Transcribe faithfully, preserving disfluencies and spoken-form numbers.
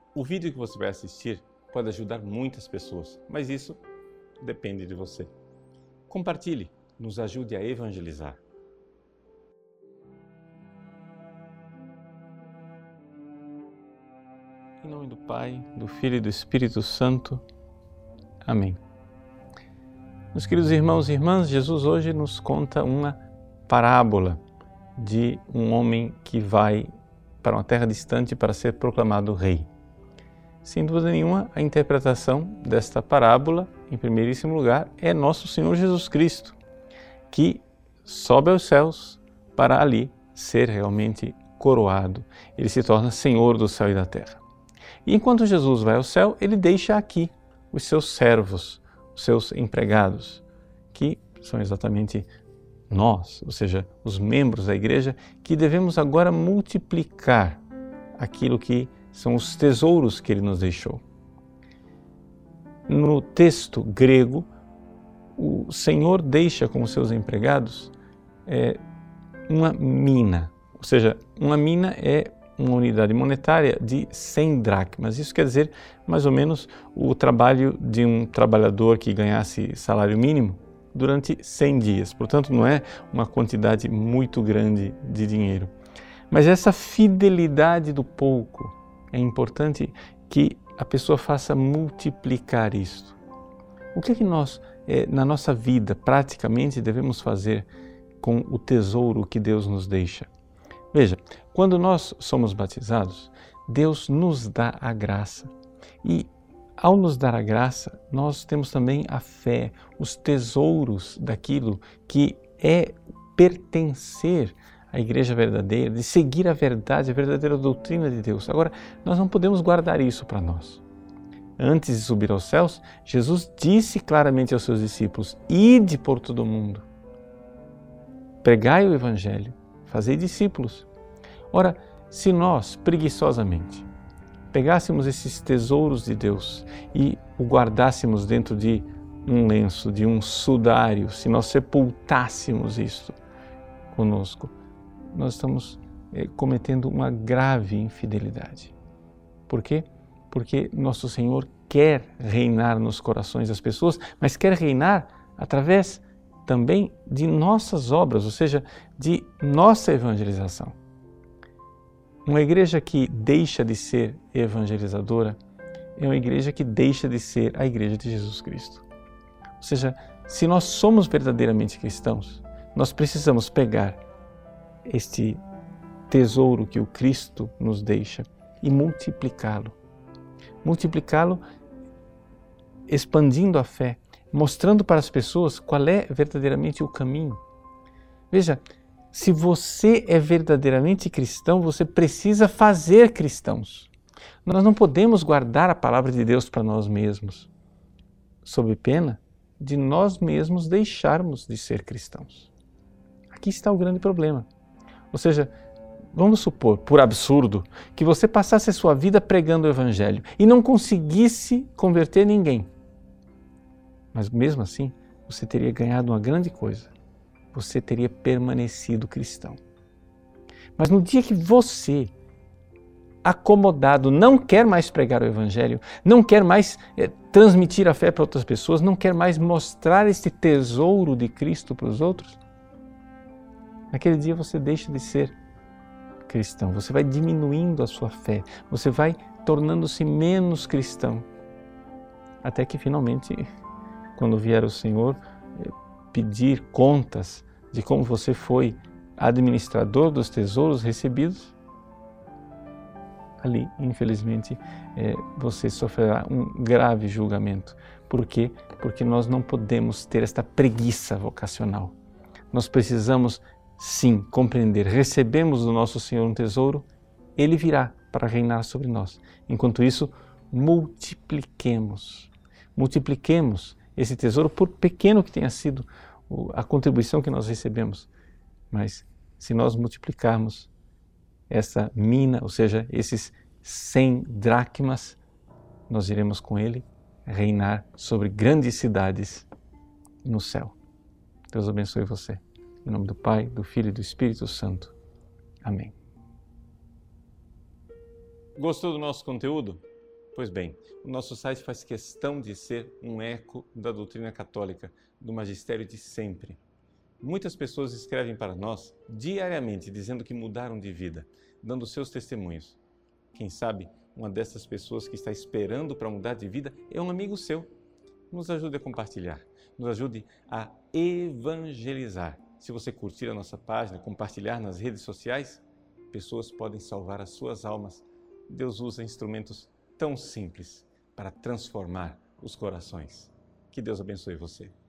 O vídeo que você vai assistir pode ajudar muitas pessoas, mas isso depende de você. Compartilhe, nos ajude a evangelizar. Em nome do Pai, do Filho e do Espírito Santo. Amém. Meus queridos irmãos e irmãs, Jesus hoje nos conta uma parábola de um homem que vai para uma terra distante para ser proclamado rei. Sem dúvida nenhuma, a interpretação desta parábola, em primeiríssimo lugar, é nosso Senhor Jesus Cristo, que sobe aos céus para ali ser realmente coroado. Ele se torna Senhor do céu e da terra. E enquanto Jesus vai ao céu, ele deixa aqui os seus servos, os seus empregados, que são exatamente nós, ou seja, os membros da igreja, que devemos agora multiplicar aquilo que são os tesouros que ele nos deixou. No texto grego, o Senhor deixa com os seus empregados é, uma mina, ou seja, uma mina é uma unidade monetária de cem dracmas. Isso quer dizer mais ou menos o trabalho de um trabalhador que ganhasse salário mínimo durante cem dias. Portanto, não é uma quantidade muito grande de dinheiro. Mas essa fidelidade do pouco, é importante que a pessoa faça multiplicar isto. O que é que nós, eh, na nossa vida, praticamente devemos fazer com o tesouro que Deus nos deixa? Veja, quando nós somos batizados, Deus nos dá a graça. E ao nos dar a graça, nós temos também a fé, os tesouros daquilo que é pertencer à igreja verdadeira, de seguir a verdade, a verdadeira doutrina de Deus. Agora, nós não podemos guardar isso para nós. Antes de subir aos céus, Jesus disse claramente aos seus discípulos: ide por todo o mundo, pregai o evangelho, fazei discípulos. Ora, se nós, preguiçosamente, pegássemos esses tesouros de Deus e o guardássemos dentro de um lenço, de um sudário, se nós sepultássemos isto conosco, nós estamos eh, cometendo uma grave infidelidade. Por quê? Porque nosso Senhor quer reinar nos corações das pessoas, mas quer reinar através também de nossas obras, ou seja, de nossa evangelização. Uma igreja que deixa de ser evangelizadora é uma igreja que deixa de ser a igreja de Jesus Cristo. Ou seja, se nós somos verdadeiramente cristãos, nós precisamos pegar este tesouro que o Cristo nos deixa e multiplicá-lo. Multiplicá-lo expandindo a fé, mostrando para as pessoas qual é verdadeiramente o caminho. Veja, se você é verdadeiramente cristão, você precisa fazer cristãos. Nós não podemos guardar a palavra de Deus para nós mesmos, sob pena de nós mesmos deixarmos de ser cristãos. Aqui está o grande problema. Ou seja, vamos supor, por absurdo, que você passasse a sua vida pregando o Evangelho e não conseguisse converter ninguém. Mas mesmo assim, você teria ganhado uma grande coisa. Você teria permanecido cristão. Mas no dia que você, acomodado, não quer mais pregar o Evangelho, não quer mais é, transmitir a fé para outras pessoas, não quer mais mostrar este tesouro de Cristo para os outros, naquele dia você deixa de ser cristão, você vai diminuindo a sua fé, você vai tornando-se menos cristão, até que finalmente, quando vier o Senhor pedir contas de como você foi administrador dos tesouros recebidos, ali, infelizmente, é, você sofrerá um grave julgamento. Por quê? Porque nós não podemos ter esta preguiça vocacional. Nós precisamos, sim, compreender. Recebemos do nosso Senhor um tesouro, Ele virá para reinar sobre nós. Enquanto isso, multipliquemos. Multipliquemos esse tesouro, por pequeno que tenha sido a contribuição que nós recebemos. Mas se nós multiplicarmos essa mina, ou seja, esses cem dracmas, nós iremos com Ele reinar sobre grandes cidades no céu. Deus abençoe você. Em nome do Pai, do Filho e do Espírito Santo. Amém. Gostou do nosso conteúdo? Pois bem, o nosso site faz questão de ser um eco da doutrina católica, do magistério de sempre. Muitas pessoas escrevem para nós diariamente dizendo que mudaram de vida, dando seus testemunhos. Quem sabe uma dessas pessoas que está esperando para mudar de vida é um amigo seu. Nos ajude a compartilhar, nos ajude a evangelizar. Se você curtir a nossa página, compartilhar nas redes sociais, pessoas podem salvar as suas almas. Deus usa instrumentos tão simples para transformar os corações. Que Deus abençoe você.